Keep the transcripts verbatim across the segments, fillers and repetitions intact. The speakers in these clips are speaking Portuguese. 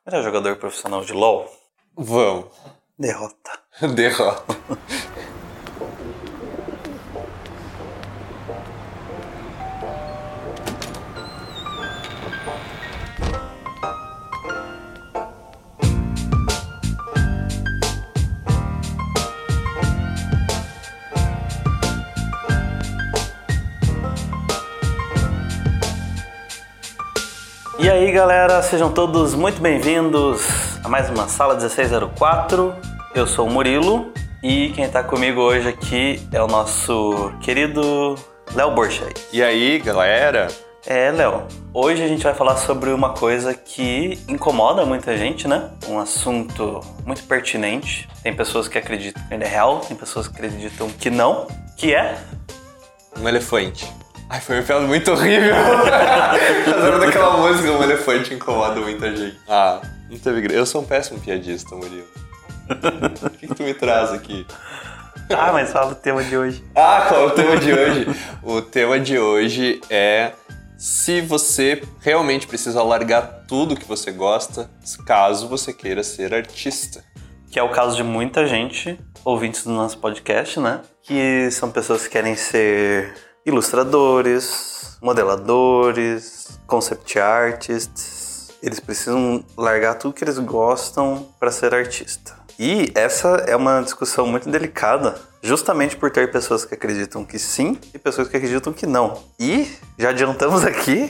Era jogador profissional de LoL? Vamos. Derrota. Derrota. E aí galera, sejam todos muito bem-vindos a mais uma Sala dezesseis zero quatro. Eu sou o Murilo e quem tá comigo hoje aqui é o nosso querido Léo Borchay. E aí galera? É, Léo, hoje a gente vai falar sobre uma coisa que incomoda muita gente, né? Um assunto muito pertinente. Tem pessoas que acreditam que ele é real, tem pessoas que acreditam que não, que é... Um elefante. Ai, foi uma piada muito horrível. Fazendo daquela música, um elefante incomoda muita gente. Ah, não teve graça. Eu sou um péssimo piadista, Murilo. O que, que tu me traz aqui? Ah, mas fala o tema de hoje. Ah, qual é o tema de hoje? O tema de hoje é se você realmente precisa largar tudo que você gosta, caso você queira ser artista. Que é o caso de muita gente, ouvintes do nosso podcast, né? Que são pessoas que querem ser ilustradores, modeladores, concept artists. Eles precisam largar tudo que eles gostam para ser artista. E essa é uma discussão muito delicada, justamente por ter pessoas que acreditam que sim e pessoas que acreditam que não. E já adiantamos aqui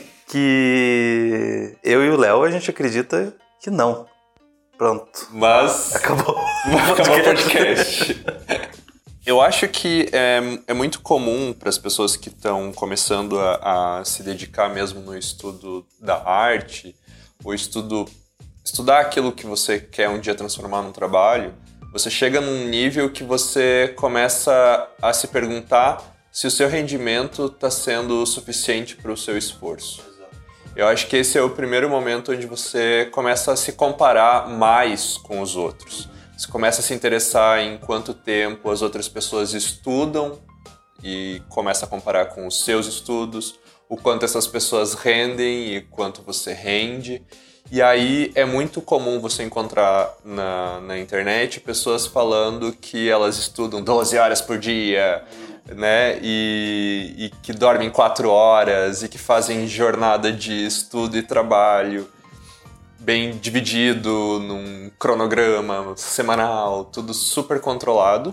que eu e o Léo, a gente acredita que não. Pronto. Mas... Acabou. Acabou o podcast. Eu acho que é, é muito comum para as pessoas que estão começando a, a se dedicar mesmo no estudo da arte, ou estudo, estudar aquilo que você quer um dia transformar num trabalho, você chega num nível que você começa a se perguntar se o seu rendimento está sendo suficiente para o seu esforço. Eu acho que esse é o primeiro momento onde você começa a se comparar mais com os outros. Você começa a se interessar em quanto tempo as outras pessoas estudam e começa a comparar com os seus estudos, o quanto essas pessoas rendem e quanto você rende. E aí é muito comum você encontrar na, na internet pessoas falando que elas estudam doze horas por dia, né? E, e que dormem quatro horas e que fazem jornada de estudo e trabalho bem dividido num cronograma semanal, tudo super controlado.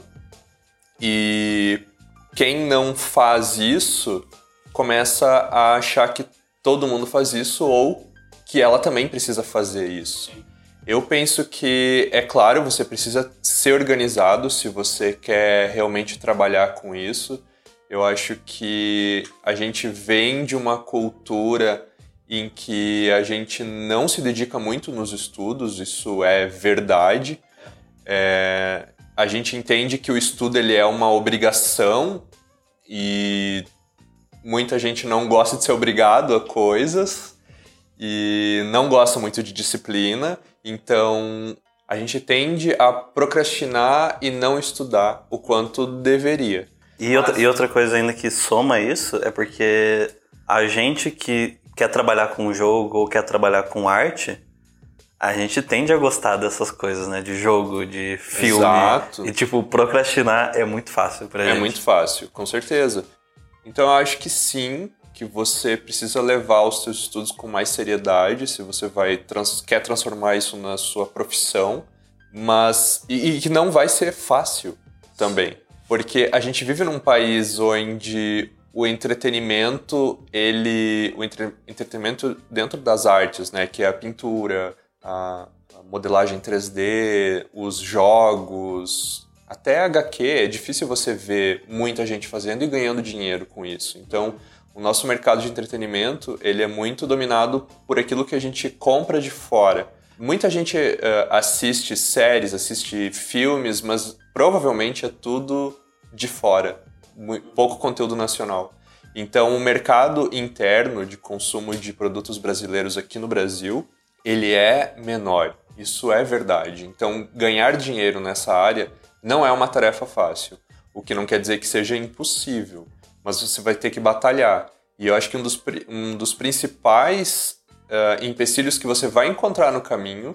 E quem não faz isso começa a achar que todo mundo faz isso ou que ela também precisa fazer isso. Eu penso que, é claro, você precisa ser organizado se você quer realmente trabalhar com isso. Eu acho que a gente vem de uma cultura em que a gente não se dedica muito nos estudos, isso é verdade. É, a gente entende que o estudo ele é uma obrigação e muita gente não gosta de ser obrigado a coisas e não gosta muito de disciplina, então a gente tende a procrastinar e não estudar o quanto deveria. E outra, e outra coisa ainda que soma isso é porque a gente que quer trabalhar com jogo ou quer trabalhar com arte, a gente tende a gostar dessas coisas, né? De jogo, de filme. Exato. E, tipo, procrastinar é muito fácil pra gente. É muito fácil, com certeza. Então, eu acho que sim, que você precisa levar os seus estudos com mais seriedade, se você vai trans- quer transformar isso na sua profissão, mas... E, e que não vai ser fácil também. Porque a gente vive num país onde o entretenimento, ele, o entre, entretenimento dentro das artes, né, que é a pintura, a, a modelagem três D, os jogos, até H Q, é difícil você ver muita gente fazendo e ganhando dinheiro com isso. Então, o nosso mercado de entretenimento, ele é muito dominado por aquilo que a gente compra de fora. Muita gente uh, assiste séries, assiste filmes, mas provavelmente é tudo de fora. Pouco conteúdo nacional. Então, o mercado interno de consumo de produtos brasileiros aqui no Brasil, ele é menor. Isso é verdade. Então, ganhar dinheiro nessa área não é uma tarefa fácil. O que não quer dizer que seja impossível, mas você vai ter que batalhar. E eu acho que um dos, um dos principais uh, empecilhos que você vai encontrar no caminho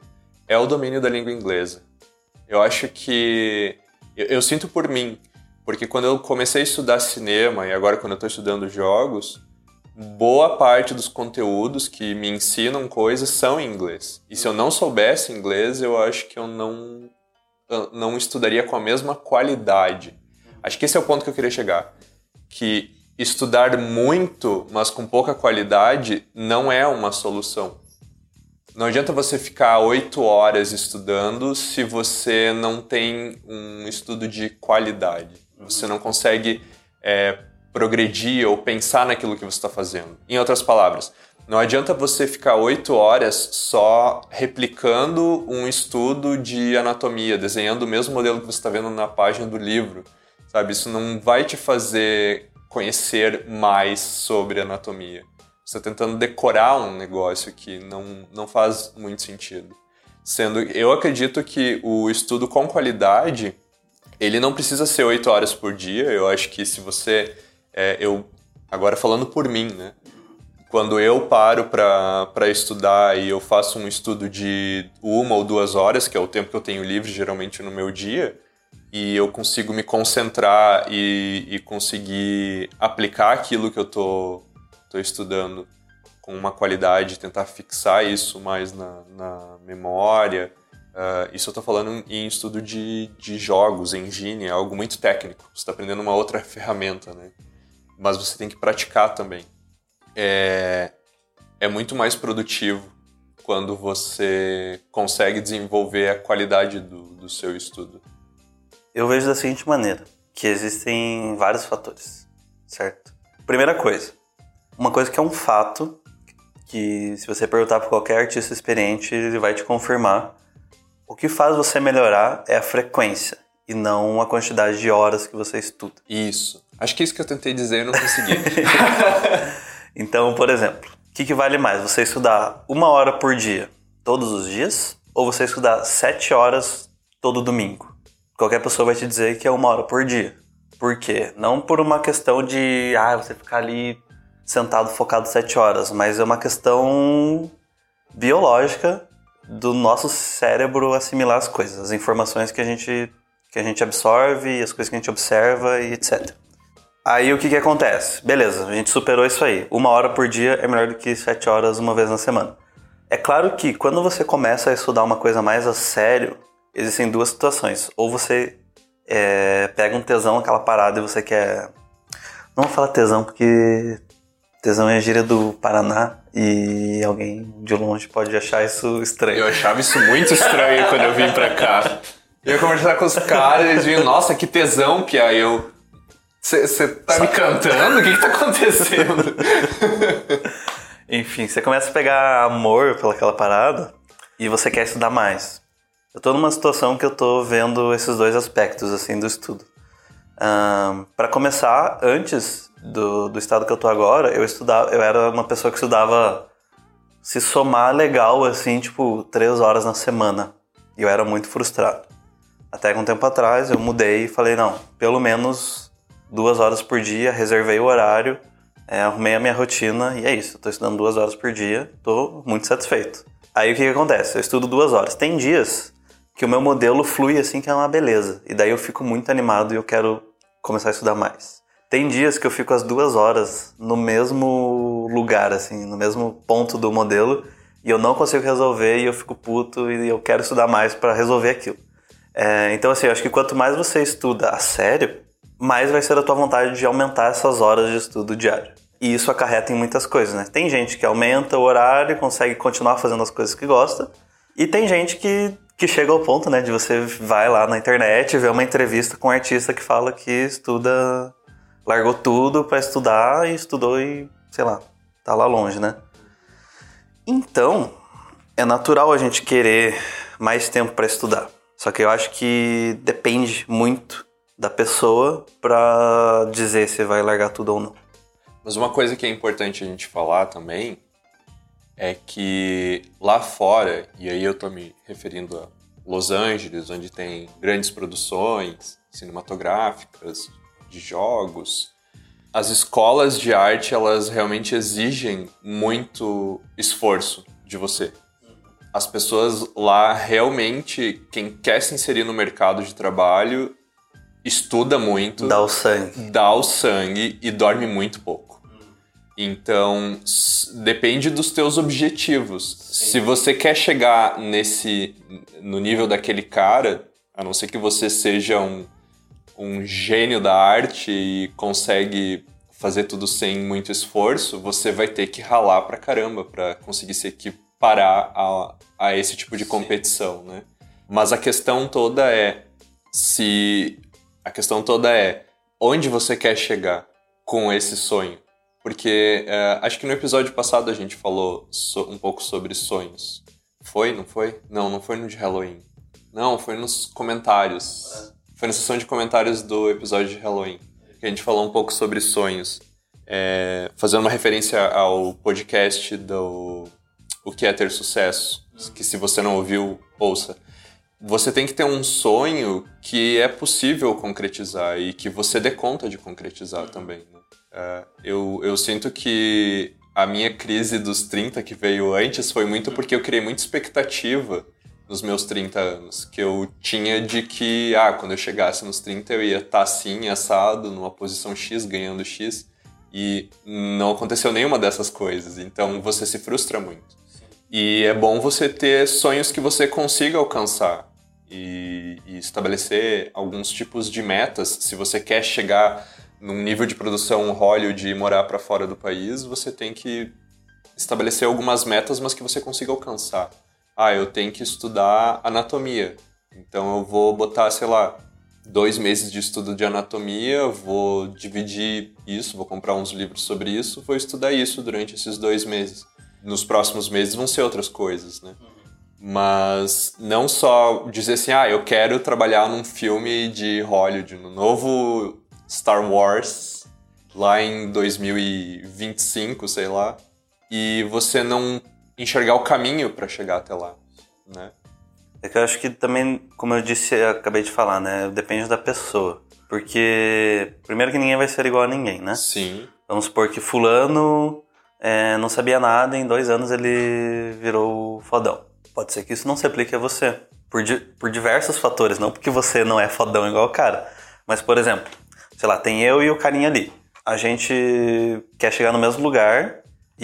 é o domínio da língua inglesa. Eu acho que... Eu, eu sinto por mim, porque quando eu comecei a estudar cinema e agora quando eu estou estudando jogos, boa parte dos conteúdos que me ensinam coisas são em inglês. E se eu não soubesse inglês, eu acho que eu não, eu não estudaria com a mesma qualidade. Acho que esse é o ponto que eu queria chegar. Que estudar muito, mas com pouca qualidade, não é uma solução. Não adianta você ficar oito horas estudando se você não tem um estudo de qualidade. Você não consegue é, progredir ou pensar naquilo que você está fazendo. Em outras palavras, não adianta você ficar oito horas só replicando um estudo de anatomia, desenhando o mesmo modelo que você está vendo na página do livro. Sabe? Isso não vai te fazer conhecer mais sobre anatomia. Você está tentando decorar um negócio que não, não faz muito sentido. Sendo, eu acredito que o estudo com qualidade, ele não precisa ser oito horas por dia. Eu acho que se você... É, eu, agora falando por mim, né? Quando eu paro para estudar e eu faço um estudo de uma ou duas horas, que é o tempo que eu tenho livre geralmente no meu dia, e eu consigo me concentrar e, e conseguir aplicar aquilo que eu tô, tô estudando com uma qualidade, tentar fixar isso mais na, na memória. Uh, isso eu tô falando em estudo de, de jogos, engine, é algo muito técnico. Você está aprendendo uma outra ferramenta, né? Mas você tem que praticar também. É, é muito mais produtivo quando você consegue desenvolver a qualidade do, do seu estudo. Eu vejo da seguinte maneira, que existem vários fatores, certo? Primeira coisa, uma coisa que é um fato, que se você perguntar para qualquer artista experiente, ele vai te confirmar. O que faz você melhorar é a frequência e não a quantidade de horas que você estuda. Isso. Acho que é isso que eu tentei dizer e não consegui. Então, por exemplo, o que, que vale mais? Você estudar uma hora por dia, todos os dias? Ou você estudar sete horas todo domingo? Qualquer pessoa vai te dizer que é uma hora por dia. Por quê? Não por uma questão de ah, você ficar ali sentado focado sete horas, mas é uma questão biológica do nosso cérebro assimilar as coisas, as informações que a gente, que a gente absorve, as coisas que a gente observa e etcétera. Aí o que que acontece? Beleza, a gente superou isso aí. Uma hora por dia é melhor do que sete horas uma vez na semana. É claro que quando você começa a estudar uma coisa mais a sério, existem duas situações. Ou você é, pega um tesão naquela parada e você quer... Não vou falar tesão porque tesão é a gíria do Paraná e alguém de longe pode achar isso estranho. Eu achava isso muito estranho quando eu vim pra cá. Eu ia conversar com os caras e eles vinham, nossa, que tesão, Pia. E eu... Você tá me cantando? O que que tá acontecendo? Enfim, você começa a pegar amor pelaquela parada e você quer estudar mais. Eu tô numa situação que eu tô vendo esses dois aspectos, assim, do estudo. Um, para começar, antes do, do estado que eu tô agora, eu estudava, eu era uma pessoa que estudava se somar legal, assim, tipo, três horas na semana. E eu era muito frustrado. Até que um tempo atrás eu mudei e falei, não, pelo menos duas horas por dia, reservei o horário, é, arrumei a minha rotina e é isso. Eu tô estudando duas horas por dia, tô muito satisfeito. Aí o que que acontece? Eu estudo duas horas. Tem dias que o meu modelo flui assim que é uma beleza. E daí eu fico muito animado e eu quero começar a estudar mais. Tem dias que eu fico as duas horas no mesmo lugar, assim, no mesmo ponto do modelo e eu não consigo resolver e eu fico puto e eu quero estudar mais para resolver aquilo. É, então, assim, eu acho que quanto mais você estuda a sério, mais vai ser a tua vontade de aumentar essas horas de estudo diário. E isso acarreta em muitas coisas, né? Tem gente que aumenta o horário e consegue continuar fazendo as coisas que gosta. E tem gente que, que chega ao ponto, né, de você vai lá na internet e ver uma entrevista com um artista que fala que estuda, largou tudo pra estudar e estudou e, sei lá, tá lá longe, né? Então, é natural a gente querer mais tempo pra estudar. Só que eu acho que depende muito da pessoa pra dizer se vai largar tudo ou não. Mas uma coisa que é importante a gente falar também é que lá fora, e aí eu tô me referindo a Los Angeles, onde tem grandes produções cinematográficas, de jogos, as escolas de arte, elas realmente exigem muito esforço de você. as pessoas lá realmente, quem quer se inserir no mercado de trabalho, estuda muito. Dá o sangue. Dá o sangue e dorme muito pouco. Então, depende dos teus objetivos. Sim. Se você quer chegar nesse, no nível daquele cara, a não ser que você seja um, um gênio da arte e consegue fazer tudo sem muito esforço, você vai ter que ralar pra caramba pra conseguir se equiparar a, a esse tipo de competição, né? Mas a questão toda é se a questão toda é onde você quer chegar com esse sonho. Porque é, acho que no episódio passado a gente falou so, um pouco sobre sonhos. Foi? Não foi? Não, não foi no de Halloween. Não, foi nos comentários. Foi na sessão de comentários do episódio de Halloween. Que a gente falou um pouco sobre sonhos. É, fazendo uma referência ao podcast do O que é Ter Sucesso. Que se você não ouviu, ouça. Você tem que ter um sonho que é possível concretizar e que você dê conta de concretizar também, né? Uh, eu, eu sinto que a minha crise dos trinta que veio antes foi muito porque eu criei muita expectativa nos meus trinta anos, que eu tinha de que, ah, quando eu chegasse nos trinta eu ia estar assim, assado, numa posição X, ganhando X, e não aconteceu nenhuma dessas coisas, então você se frustra muito. E é bom você ter sonhos que você consiga alcançar e, e estabelecer alguns tipos de metas. Se você quer chegar num nível de produção Hollywood e morar para fora do país, você tem que estabelecer algumas metas, mas que você consiga alcançar. Ah, eu tenho que estudar anatomia. Então eu vou botar, sei lá, dois meses de estudo de anatomia, vou dividir isso, vou comprar uns livros sobre isso, vou estudar isso durante esses dois meses. Nos próximos meses vão ser outras coisas, né? Mas não só dizer assim, ah, eu quero trabalhar num filme de Hollywood, no novo Star Wars, lá em dois mil e vinte e cinco, sei lá, e você não enxergar o caminho para chegar até lá, né? É que eu acho que também, como eu disse, eu acabei de falar, né? Depende da pessoa. Porque, primeiro que ninguém vai ser igual a ninguém, né? Sim. Vamos supor que fulano é, não sabia nada, em dois anos ele virou fodão. Pode ser que isso não se aplique a você. Por, di- por diversos fatores, não porque você não é fodão igual o cara. Mas, por exemplo, sei lá, tem eu e o carinha ali. A gente quer chegar no mesmo lugar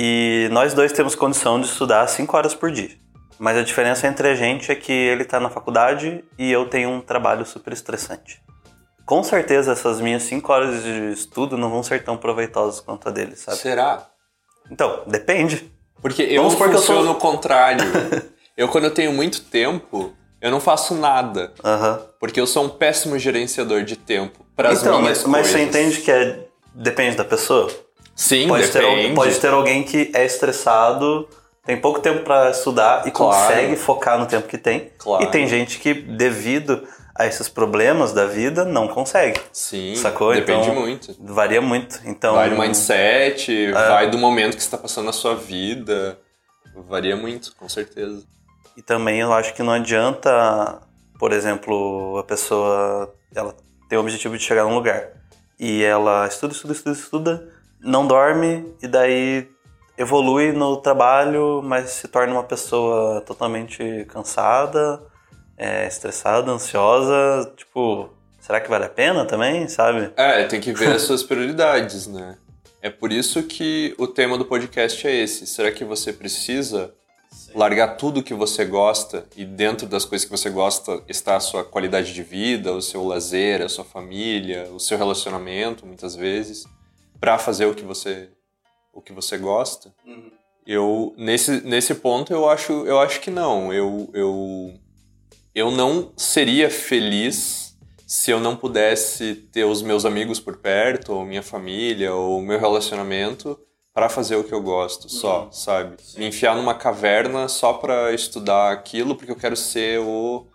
e nós dois temos condição de estudar cinco horas por dia. Mas a diferença entre a gente é que ele tá na faculdade e eu tenho um trabalho super estressante. Com certeza essas minhas cinco horas de estudo não vão ser tão proveitosas quanto a dele, sabe? Será? Então, depende. Porque eu funciono o contrário. Eu, quando eu tenho muito tempo, eu não faço nada. Uhum. Porque eu sou um péssimo gerenciador de tempo para as então, minhas mas, mas coisas. você entende que é, depende da pessoa? Sim, pode depende. Ter, pode ter alguém que é estressado, tem pouco tempo para estudar e claro. consegue focar no tempo que tem. Claro. E tem gente que, devido a esses problemas da vida, não consegue. Sim, sacou? depende então, muito. Varia muito. Então, vai do mindset, é... vai do momento que você está passando na sua vida. Varia muito, com certeza. E também eu acho que não adianta, por exemplo, a pessoa ela tem o objetivo de chegar num lugar. E ela estuda, estuda, estuda, estuda, não dorme e daí evolui no trabalho, mas se torna uma pessoa totalmente cansada, é, estressada, ansiosa. Tipo, será que vale a pena também, sabe? É, tem que ver as suas prioridades, né? É por isso que o tema do podcast é esse. Será que você precisa Sim. largar tudo que você gosta e dentro das coisas que você gosta está a sua qualidade de vida, o seu lazer, a sua família, o seu relacionamento, muitas vezes, para fazer o que você, o que você gosta? Uhum. Eu, nesse, nesse ponto, eu acho, eu acho que não. Eu, eu, eu não seria feliz se eu não pudesse ter os meus amigos por perto, ou minha família, ou o meu relacionamento para fazer o que eu gosto, só, uhum. sabe? Sim. Me enfiar numa caverna só para estudar aquilo, porque eu quero ser o,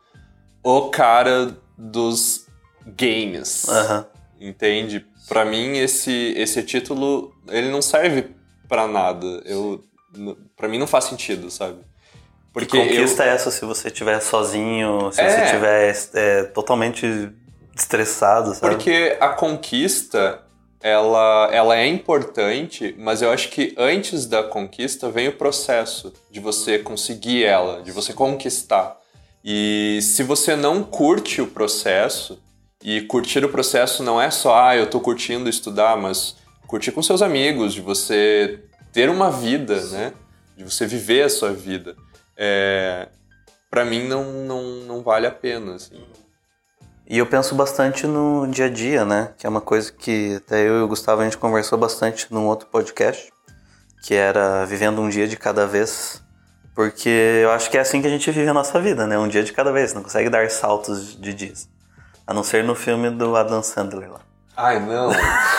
o cara dos games, uhum. entende? Para mim, esse, esse título, ele não serve para nada. Eu, para mim não faz sentido, sabe? Porque que conquista eu... é essa se você estiver sozinho, se é. você estiver é, totalmente estressado, sabe? Porque a conquista ela, ela é importante, mas eu acho que antes da conquista vem o processo de você conseguir ela, de você conquistar. E se você não curte o processo, e curtir o processo não é só, ah, eu tô curtindo estudar, mas curtir com seus amigos, de você ter uma vida, né? De você viver a sua vida. É, para mim não, não, não vale a pena, assim. E eu penso bastante no dia a dia, né? Que é uma coisa que até eu e o Gustavo a gente conversou bastante num outro podcast, que era vivendo um dia de cada vez. Porque eu acho que é assim que a gente vive a nossa vida, né? Um dia de cada vez, não consegue dar saltos de dias. A não ser no filme do Adam Sandler lá. Ai, não!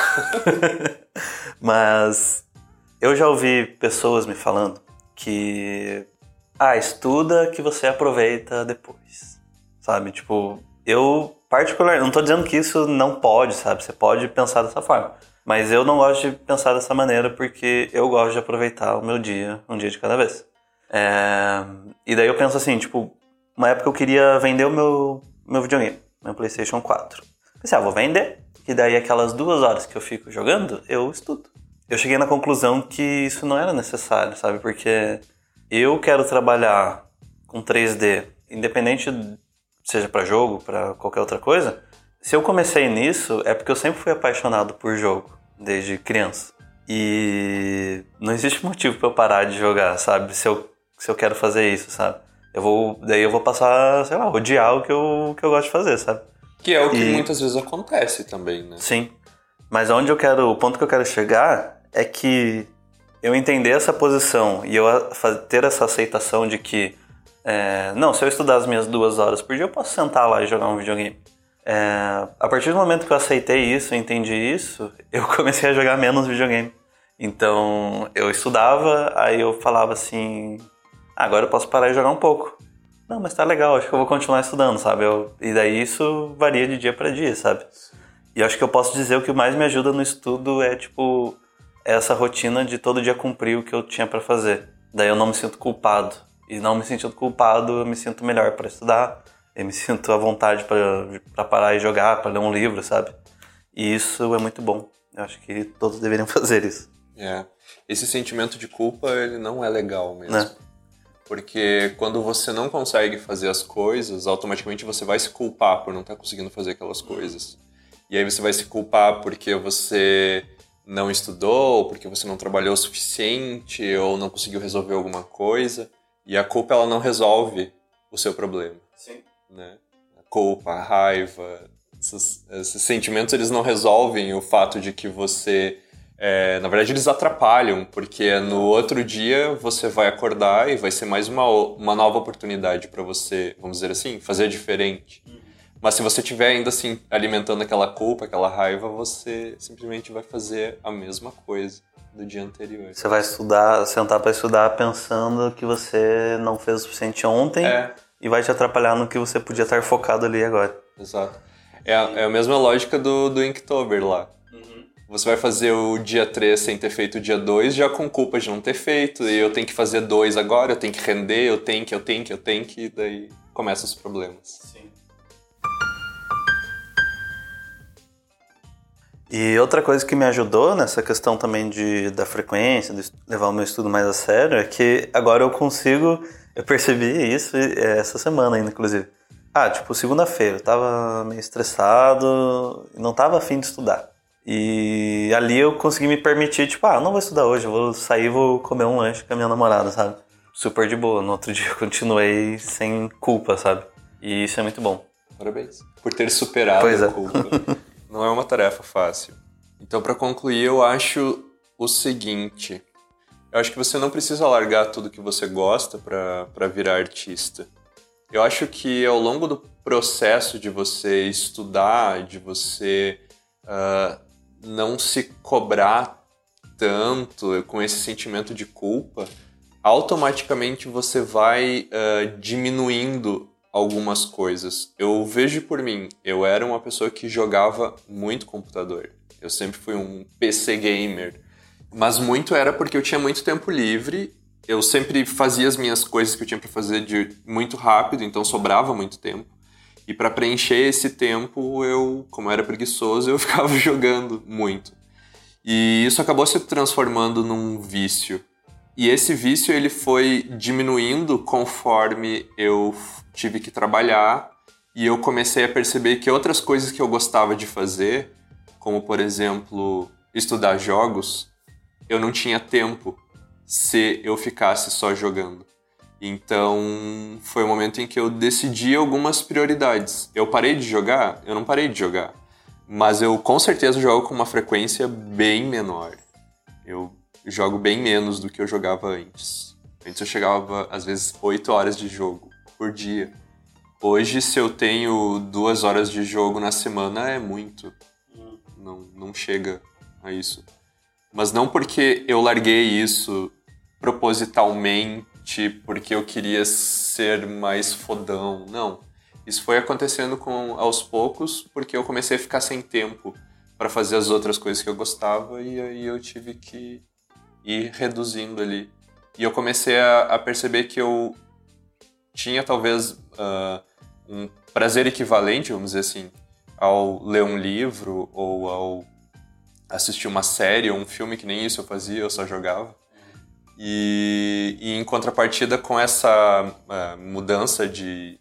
Mas eu já ouvi pessoas me falando que... Ah, estuda que você aproveita depois. Sabe? Tipo, eu particularmente... Não tô dizendo que isso não pode, sabe? Você pode pensar dessa forma. Mas eu não gosto de pensar dessa maneira porque eu gosto de aproveitar o meu dia, um dia de cada vez. É... E daí eu penso assim, tipo... Uma época eu queria vender o meu, meu videogame. Meu PlayStation quatro. Pensei, ah, vou vender. E daí aquelas duas horas que eu fico jogando, eu estudo. Eu cheguei na conclusão que isso não era necessário, sabe? Porque eu quero trabalhar com três D, independente, seja pra jogo, pra qualquer outra coisa. Se eu comecei nisso, é porque eu sempre fui apaixonado por jogo, desde criança. E não existe motivo pra eu parar de jogar, sabe? Se eu, se eu quero fazer isso, sabe? Eu vou, daí eu vou passar, sei lá, odiar o que eu, que eu gosto de fazer, sabe? Que é o que e... muitas vezes acontece também, né? Sim. Mas onde eu quero, o ponto que eu quero chegar é que eu entender essa posição e eu ter essa aceitação de que, é, não, se eu estudar as minhas duas horas por dia, eu posso sentar lá e jogar um videogame. É, a partir do momento que eu aceitei isso, entendi isso, eu comecei a jogar menos videogame. Então, eu estudava, aí eu falava assim... Agora eu posso parar e jogar um pouco. Não, mas tá legal, acho que eu vou continuar estudando, sabe? Eu, e daí isso varia de dia pra dia, sabe? E acho que eu posso dizer o que mais me ajuda no estudo é, tipo, essa rotina de todo dia cumprir o que eu tinha pra fazer. Daí eu não me sinto culpado. E não me sentindo culpado, eu me sinto melhor pra estudar. Eu me sinto à vontade pra, pra parar e jogar, pra ler um livro, sabe? E isso é muito bom. Eu acho que todos deveriam fazer isso. É. Esse sentimento de culpa, ele não é legal mesmo. Né? Porque quando você não consegue fazer as coisas, automaticamente você vai se culpar por não estar conseguindo fazer aquelas coisas. E aí você vai se culpar porque você não estudou, porque você não trabalhou o suficiente, ou não conseguiu resolver alguma coisa. E a culpa, ela não resolve o seu problema. Sim. Né? A culpa, a raiva, esses, esses sentimentos, eles não resolvem o fato de que você... É, na verdade, eles atrapalham, porque no outro dia você vai acordar e vai ser mais uma, uma nova oportunidade para você, vamos dizer assim, fazer diferente. Uhum. Mas se você estiver ainda assim alimentando aquela culpa, aquela raiva, você simplesmente vai fazer a mesma coisa do dia anterior. Você vai estudar, sentar para estudar pensando que você não fez o suficiente ontem é. E vai te atrapalhar no que você podia estar focado ali agora. Exato. É a, é a mesma lógica do, do Inktober lá. Você vai fazer o dia três sem ter feito o dia dois, já com culpa de não ter feito, e eu tenho que fazer dois agora, eu tenho que render, eu tenho que, eu tenho que, eu tenho que, e daí começam os problemas. Sim. E outra coisa que me ajudou nessa questão também de, da frequência, de levar o meu estudo mais a sério, é que agora eu consigo, eu percebi isso essa semana ainda, inclusive. Ah, tipo, segunda-feira, eu tava meio estressado, não tava afim de estudar. E ali eu consegui me permitir, tipo, ah, não vou estudar hoje, eu vou sair e vou comer um lanche com a minha namorada, sabe? Super de boa. No outro dia eu continuei sem culpa, sabe? E isso é muito bom. Parabéns. Por ter superado pois a é. culpa. Não é uma tarefa fácil. Então, pra concluir, eu acho o seguinte. Eu acho que você não precisa largar tudo que você gosta pra, pra virar artista. Eu acho que ao longo do processo de você estudar, de você... Uh, não se cobrar tanto com esse sentimento de culpa, automaticamente você vai uh, diminuindo algumas coisas. Eu vejo por mim, eu era uma pessoa que jogava muito computador. Eu sempre fui um P C gamer. Mas muito era porque eu tinha muito tempo livre, eu sempre fazia as minhas coisas que eu tinha para fazer de muito rápido, então sobrava muito tempo. E para preencher esse tempo, eu, como eu era preguiçoso, eu ficava jogando muito. E isso acabou se transformando num vício. E esse vício ele foi diminuindo conforme eu tive que trabalhar e eu comecei a perceber que outras coisas que eu gostava de fazer, como por exemplo estudar jogos, eu não tinha tempo se eu ficasse só jogando. Então foi o momento em que eu decidi algumas prioridades. Eu parei de jogar? Eu não parei de jogar. Mas eu com certeza jogo com uma frequência bem menor. Eu jogo bem menos do que eu jogava antes. Antes eu chegava, às vezes, oito horas de jogo por dia. Hoje, se eu tenho duas horas de jogo na semana, é muito. Não, não chega a isso. Mas não porque eu larguei isso propositalmente, porque eu queria ser mais fodão. Não. Isso foi acontecendo com, aos poucos, porque eu comecei a ficar sem tempo para fazer as outras coisas que eu gostava e aí eu tive que ir reduzindo ali. E eu comecei a, a perceber que eu tinha talvez uh, um prazer equivalente, vamos dizer assim, ao ler um livro ou ao assistir uma série ou um filme, que nem isso eu fazia, eu só jogava. E, e em contrapartida com essa uh, mudança de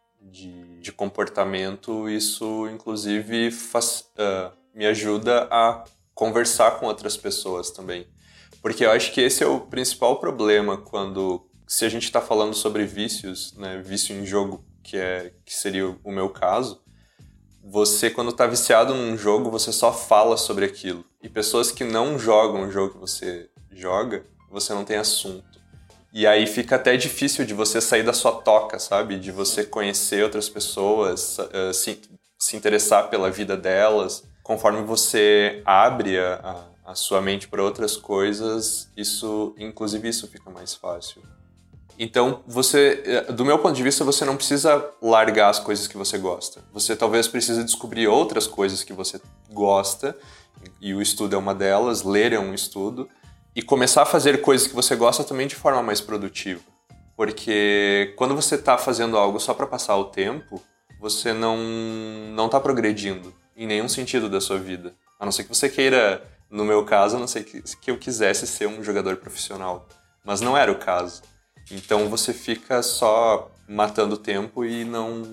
De, de comportamento, isso inclusive faz, uh, me ajuda a conversar com outras pessoas também. Porque eu acho que esse é o principal problema quando, se a gente está falando sobre vícios, né, vício em jogo, que, é, que seria o meu caso, você quando está viciado num jogo, você só fala sobre aquilo. E pessoas que não jogam o jogo que você joga, você não tem assunto. E aí fica até difícil de você sair da sua toca, sabe? De você conhecer outras pessoas, uh, se, se interessar pela vida delas. Conforme você abre a, a sua mente para outras coisas, isso, inclusive isso fica mais fácil. Então, você, do meu ponto de vista, você não precisa largar as coisas que você gosta. Você talvez precise descobrir outras coisas que você gosta, e o estudo é uma delas, ler é um estudo, e começar a fazer coisas que você gosta também de forma mais produtiva. Porque quando você está fazendo algo só para passar o tempo, você não não está progredindo em nenhum sentido da sua vida. A não ser que você queira, no meu caso, a não ser que, que eu quisesse ser um jogador profissional. Mas não era o caso. Então você fica só matando tempo e não,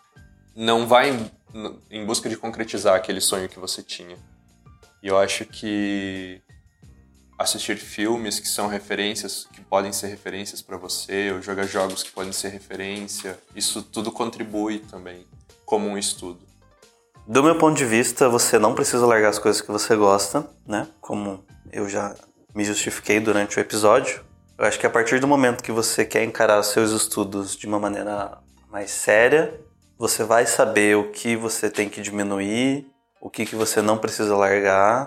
não vai em, em busca de concretizar aquele sonho que você tinha. E eu acho que assistir filmes que são referências, que podem ser referências para você, ou jogar jogos que podem ser referência, isso tudo contribui também, como um estudo. Do meu ponto de vista, você não precisa largar as coisas que você gosta, né? Como eu já me justifiquei durante o episódio. Eu acho que a partir do momento que você quer encarar seus estudos de uma maneira mais séria, você vai saber o que você tem que diminuir, o que, que você não precisa largar.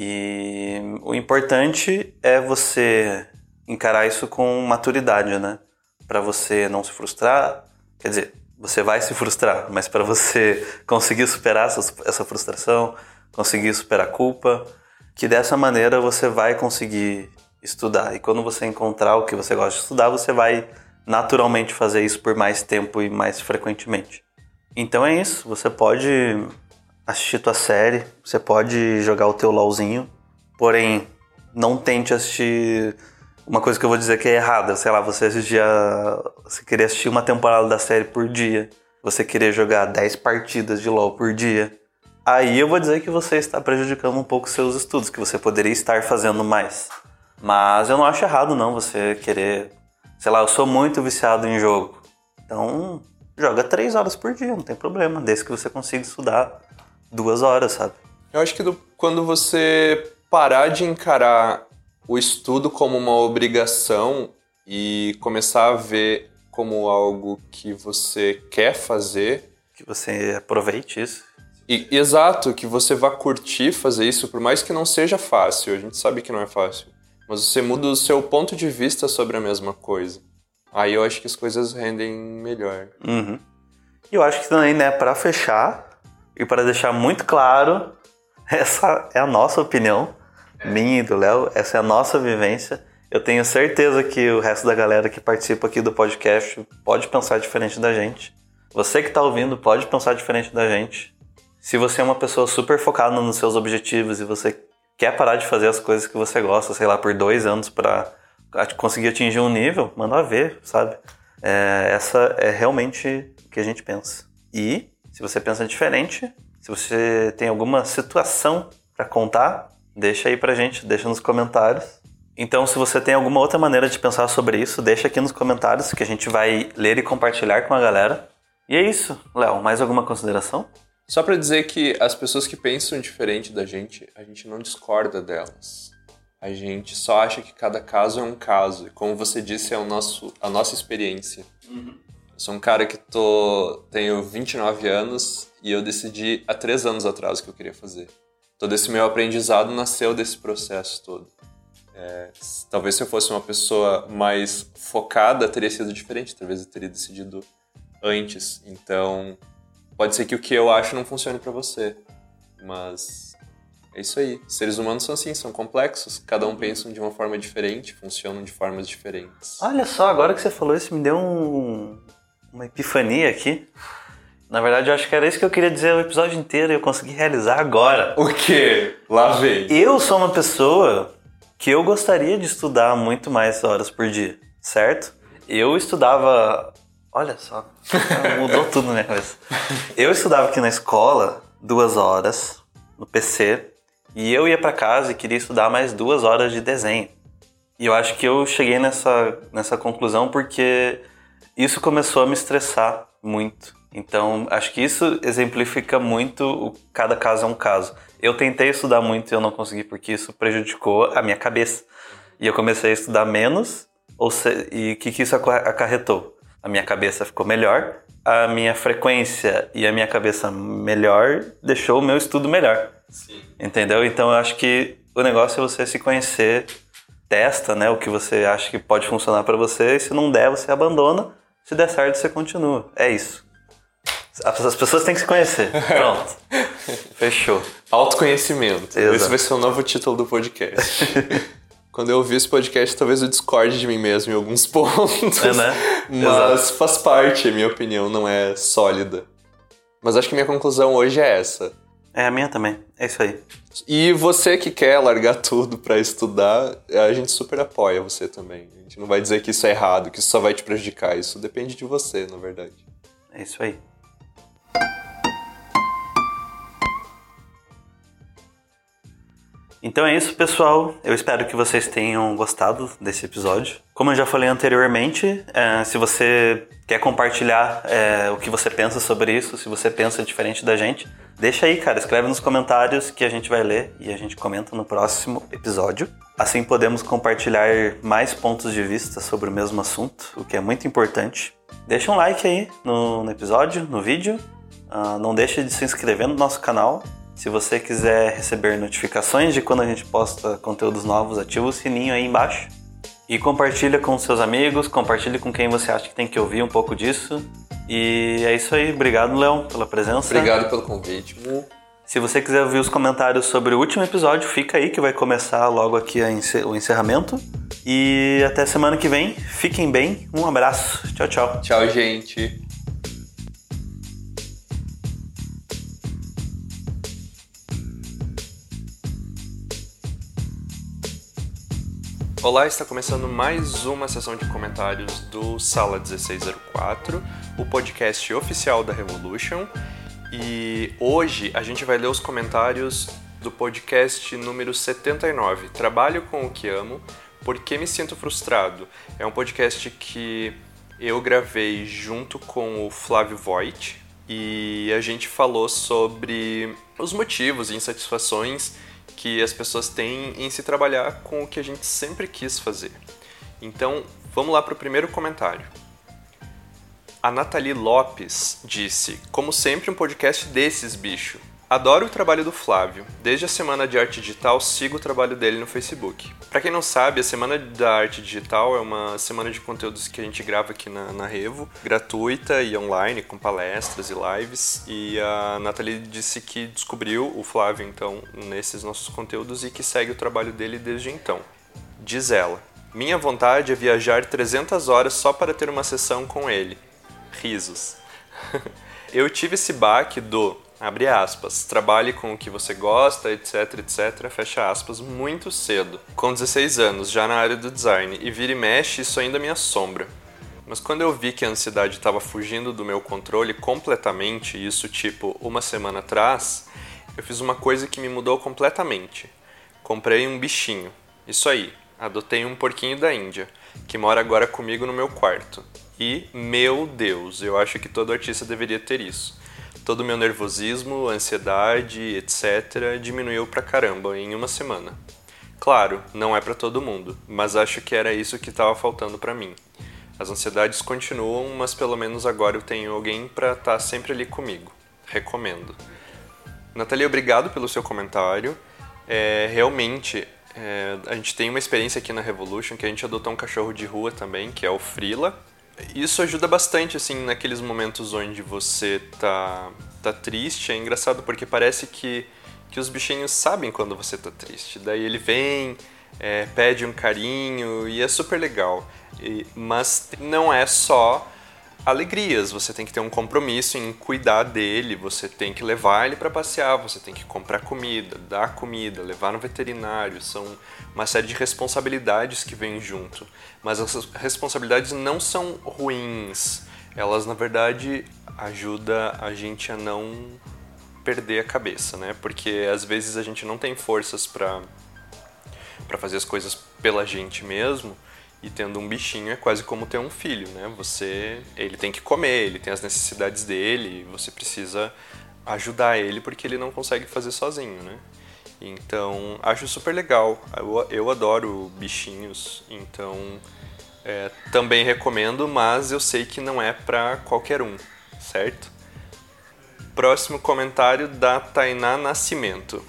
E o importante é você encarar isso com maturidade, né? Para você não se frustrar, quer dizer, você vai se frustrar, mas para você conseguir superar essa frustração, conseguir superar a culpa, que dessa maneira você vai conseguir estudar. E quando você encontrar o que você gosta de estudar, você vai naturalmente fazer isso por mais tempo e mais frequentemente. Então é isso, você pode assistir tua série, você pode jogar o teu LOLzinho, porém não tente assistir uma coisa que eu vou dizer que é errada, sei lá, você assistia, você queria assistir uma temporada da série por dia, você queria jogar dez partidas de LOL por dia, aí eu vou dizer que você está prejudicando um pouco seus estudos, que você poderia estar fazendo mais. Mas eu não acho errado não você querer, sei lá, eu sou muito viciado em jogo, então joga três horas por dia, não tem problema, desde que você consiga estudar duas horas, sabe? Eu acho que do, quando você parar de encarar o estudo como uma obrigação e começar a ver como algo que você quer fazer... Que você aproveite isso. E, exato, que você vá curtir fazer isso, por mais que não seja fácil, a gente sabe que não é fácil, mas você muda o seu ponto de vista sobre a mesma coisa. Aí eu acho que as coisas rendem melhor. Uhum. E eu acho que também, né, pra fechar... E para deixar muito claro, essa é a nossa opinião, é. Minha e do Léo, essa é a nossa vivência. Eu tenho certeza que o resto da galera que participa aqui do podcast pode pensar diferente da gente. Você que está ouvindo pode pensar diferente da gente. Se você é uma pessoa super focada nos seus objetivos e você quer parar de fazer as coisas que você gosta, sei lá, por dois anos pra conseguir atingir um nível, manda ver, sabe? É, essa é realmente o que a gente pensa. E se você pensa diferente, se você tem alguma situação pra contar, deixa aí pra gente, deixa nos comentários. Então, se você tem alguma outra maneira de pensar sobre isso, deixa aqui nos comentários que a gente vai ler e compartilhar com a galera. E é isso. Léo, mais alguma consideração? Só pra dizer que as pessoas que pensam diferente da gente, a gente não discorda delas. A gente só acha que cada caso é um caso. E como você disse, é o nosso, a nossa experiência. Uhum. Eu sou um cara que tô, tenho vinte e nove anos e eu decidi há três anos atrás o que eu queria fazer. Todo esse meu aprendizado nasceu desse processo todo. É, talvez se eu fosse uma pessoa mais focada, teria sido diferente. Talvez eu teria decidido antes. Então, pode ser que o que eu acho não funcione pra você. Mas é isso aí. Seres humanos são assim, são complexos. Cada um pensa de uma forma diferente, funcionam de formas diferentes. Olha só, agora que você falou isso, me deu um, uma epifania aqui. Na verdade, eu acho que era isso que eu queria dizer o episódio inteiro e eu consegui realizar agora. O quê? Lá vem. Eu sou uma pessoa que eu gostaria de estudar muito mais horas por dia, certo? Eu estudava... Olha só, mudou tudo na minha cabeça. Eu estudava aqui na escola duas horas no P C e eu ia pra casa e queria estudar mais duas horas de desenho. E eu acho que eu cheguei nessa, nessa conclusão porque isso começou a me estressar muito. Então, acho que isso exemplifica muito o cada caso é um caso. Eu tentei estudar muito e eu não consegui porque isso prejudicou a minha cabeça. E eu comecei a estudar menos, ou se, e o que, que isso acarretou? A minha cabeça ficou melhor, a minha frequência e a minha cabeça melhor deixou o meu estudo melhor. Sim. Entendeu? Então, eu acho que o negócio é você se conhecer, testa, né, o que você acha que pode funcionar pra você, e se não der, você abandona. Se der certo, você continua. É isso. As pessoas têm que se conhecer. Pronto. Fechou. Autoconhecimento. Exato. Esse vai ser o novo título do podcast. Quando eu ouvir esse podcast, talvez eu discorde de mim mesmo em alguns pontos. É, né? Mas Exato. faz parte, a minha opinião não é sólida. Mas acho que minha conclusão hoje é essa. É a minha também. É isso aí. E você que quer largar tudo pra estudar, a gente super apoia você também. A gente não vai dizer que isso é errado, que isso só vai te prejudicar. Isso depende de você, na verdade. É isso aí. Então é isso, pessoal. Eu espero que vocês tenham gostado desse episódio. Como eu já falei anteriormente, é, se você quer compartilhar é, o que você pensa sobre isso, se você pensa diferente da gente, deixa aí, cara. Escreve nos comentários que a gente vai ler e a gente comenta no próximo episódio. Assim podemos compartilhar mais pontos de vista sobre o mesmo assunto, o que é muito importante. Deixa um like aí no, no episódio, no vídeo. Uh, não deixe de se inscrever no nosso canal. Se você quiser receber notificações de quando a gente posta conteúdos novos, ativa o sininho aí embaixo. E compartilha com seus amigos, compartilha com quem você acha que tem que ouvir um pouco disso. E é isso aí. Obrigado, Leão, pela presença. Obrigado pelo convite. Se você quiser ouvir os comentários sobre o último episódio, fica aí que vai começar logo aqui o encerramento. E até semana que vem. Fiquem bem. Um abraço. Tchau, tchau. Tchau, gente. Olá, está começando mais uma sessão de comentários do Sala dezesseis zero quatro, o podcast oficial da Revolution. E hoje a gente vai ler os comentários do podcast número setenta e nove, Trabalho com o que amo, Por que me sinto frustrado? É um podcast que eu gravei junto com o Flávio Voigt e a gente falou sobre os motivos e insatisfações que as pessoas têm em se trabalhar com o que a gente sempre quis fazer. Então, vamos lá para o primeiro comentário. A Nathalie Lopes disse: como sempre, um podcast desses, bicho. Adoro o trabalho do Flávio. Desde a Semana de Arte Digital, sigo o trabalho dele no Facebook. Para quem não sabe, a Semana da Arte Digital é uma semana de conteúdos que a gente grava aqui na, na Revo, gratuita e online, com palestras e lives. E a Nathalie disse que descobriu o Flávio, então, nesses nossos conteúdos e que segue o trabalho dele desde então. Diz ela: minha vontade é viajar trezentas horas só para ter uma sessão com ele. Risos. Eu tive esse baque do... abre aspas, trabalhe com o que você gosta, etc, etc, fecha aspas, muito cedo. Com dezesseis anos, já na área do design, e vira e mexe, isso ainda me assombra. Mas quando eu vi que a ansiedade estava fugindo do meu controle completamente, isso tipo uma semana atrás, eu fiz uma coisa que me mudou completamente. Comprei um bichinho. Isso aí, adotei um porquinho da Índia, que mora agora comigo no meu quarto. E, meu Deus, eu acho que todo artista deveria ter isso. Todo o meu nervosismo, ansiedade, etcétera diminuiu pra caramba em uma semana. Claro, não é pra todo mundo, mas acho que era isso que estava faltando pra mim. As ansiedades continuam, mas pelo menos agora eu tenho alguém pra estar sempre ali comigo. Recomendo. Nathalie, obrigado pelo seu comentário. É, realmente, é, a gente tem uma experiência aqui na Revolution que a gente adotou um cachorro de rua também, que é o Frila. Isso ajuda bastante, assim, naqueles momentos onde você tá, tá triste. É engraçado porque parece que, que os bichinhos sabem quando você tá triste. Daí ele vem, é, pede um carinho e é super legal. E, mas não é só alegrias, você tem que ter um compromisso em cuidar dele, você tem que levar ele para passear, você tem que comprar comida, dar comida, levar no veterinário, são uma série de responsabilidades que vêm junto. Mas essas responsabilidades não são ruins, elas na verdade ajudam a gente a não perder a cabeça, né? Porque às vezes a gente não tem forças para para fazer as coisas pela gente mesmo. E tendo um bichinho é quase como ter um filho, né? Você, ele tem que comer, ele tem as necessidades dele, e você precisa ajudar ele porque ele não consegue fazer sozinho, né? Então, acho super legal. Eu, eu adoro bichinhos, então é, também recomendo, mas eu sei que não é pra qualquer um, certo? Próximo comentário da Tainá Nascimento.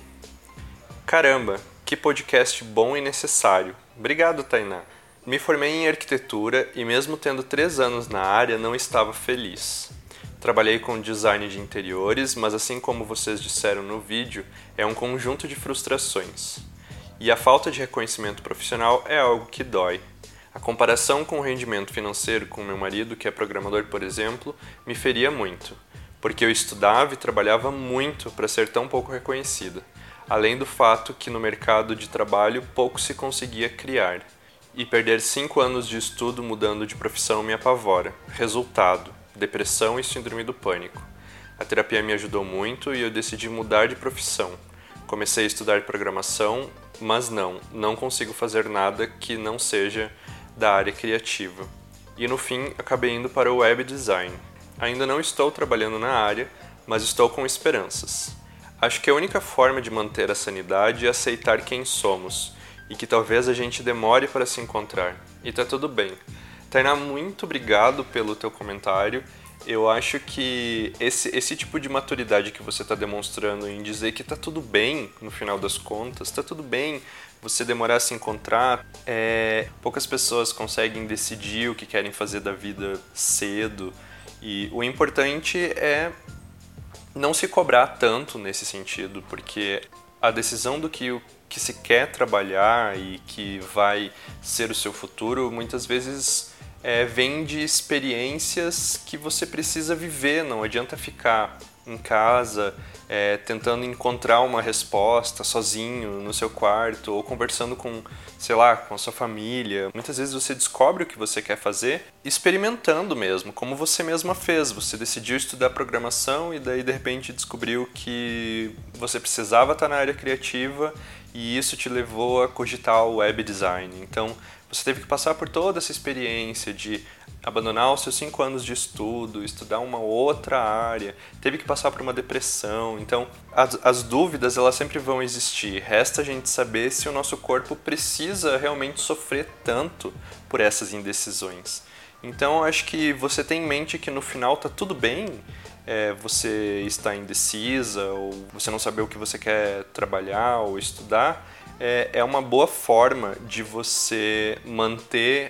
Caramba, que podcast bom e necessário. Obrigado, Tainá. Me formei em arquitetura e mesmo tendo três anos na área, não estava feliz. Trabalhei com design de interiores, mas assim como vocês disseram no vídeo, é um conjunto de frustrações. E a falta de reconhecimento profissional é algo que dói. A comparação com o rendimento financeiro com meu marido, que é programador, por exemplo, me feria muito, porque eu estudava e trabalhava muito para ser tão pouco reconhecida, além do fato que no mercado de trabalho pouco se conseguia criar. E perder cinco anos de estudo mudando de profissão me apavora. Resultado: depressão e síndrome do pânico. A terapia me ajudou muito e eu decidi mudar de profissão. Comecei a estudar programação, mas não, não consigo fazer nada que não seja da área criativa. E no fim, acabei indo para o web design. Ainda não estou trabalhando na área, mas estou com esperanças. Acho que a única forma de manter a sanidade é aceitar quem somos, e que talvez a gente demore para se encontrar. E tá tudo bem. Tainá, muito obrigado pelo teu comentário. Eu acho que esse, esse tipo de maturidade que você está demonstrando em dizer que tá tudo bem, no final das contas, tá tudo bem você demorar a se encontrar. É, poucas pessoas conseguem decidir o que querem fazer da vida cedo. E o importante é não se cobrar tanto nesse sentido, porque a decisão do que o que se quer trabalhar e que vai ser o seu futuro, muitas vezes é, vem de experiências que você precisa viver, não adianta ficar em casa é, tentando encontrar uma resposta sozinho no seu quarto ou conversando com, sei lá, com a sua família. Muitas vezes você descobre o que você quer fazer experimentando mesmo, como você mesma fez. Você decidiu estudar programação e daí de repente descobriu que você precisava estar na área criativa e isso te levou a cogitar o web design. Então, você teve que passar por toda essa experiência de abandonar os seus cinco anos de estudo, estudar uma outra área, teve que passar por uma depressão. Então, as, as dúvidas, elas sempre vão existir. Resta a gente saber se o nosso corpo precisa realmente sofrer tanto por essas indecisões. Então, acho que você tem em mente que no final tá tudo bem, é, você está indecisa ou você não saber o que você quer trabalhar ou estudar, é, é uma boa forma de você manter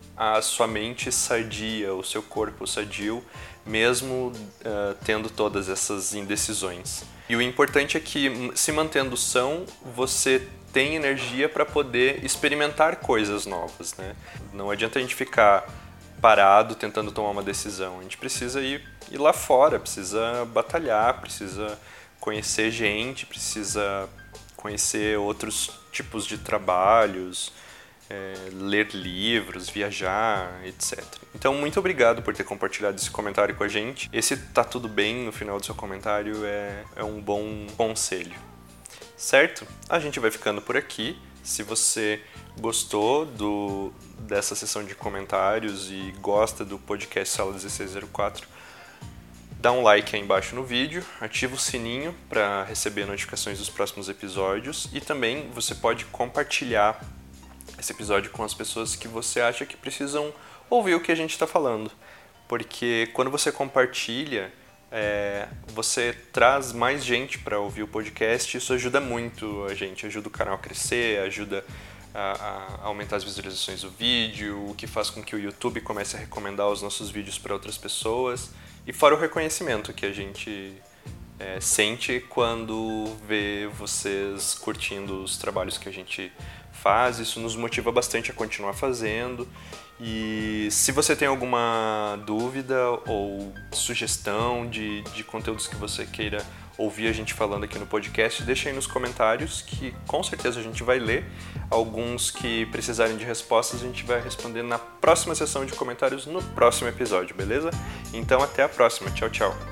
a sua mente sadia, o seu corpo sadio, mesmo uh, tendo todas essas indecisões. E o importante é que, se mantendo são, você tem energia para poder experimentar coisas novas, né? Não adianta a gente ficar parado tentando tomar uma decisão. A gente precisa ir, ir lá fora, precisa batalhar, precisa conhecer gente, precisa conhecer outros tipos de trabalhos, é, ler livros, viajar, etcétera. Então, muito obrigado por ter compartilhado esse comentário com a gente. Esse tá tudo bem no final do seu comentário é, é um bom conselho. Certo? A gente vai ficando por aqui. Se você gostou do, dessa sessão de comentários e gosta do podcast Sala dezesseis zero quatro, dá um like aí embaixo no vídeo, ativa o sininho para receber notificações dos próximos episódios e também você pode compartilhar esse episódio com as pessoas que você acha que precisam ouvir o que a gente está falando. Porque quando você compartilha, é, você traz mais gente para ouvir o podcast, isso ajuda muito a gente, ajuda o canal a crescer, ajuda a, a aumentar as visualizações do vídeo, o que faz com que o YouTube comece a recomendar os nossos vídeos para outras pessoas. E fora o reconhecimento que a gente é, sente quando vê vocês curtindo os trabalhos que a gente faz, isso nos motiva bastante a continuar fazendo. E se você tem alguma dúvida ou sugestão de, de conteúdos que você queira ouvir a gente falando aqui no podcast, deixa aí nos comentários que com certeza a gente vai ler. Alguns que precisarem de respostas a gente vai responder na próxima sessão de comentários no próximo episódio, beleza? Então até a próxima, tchau, tchau!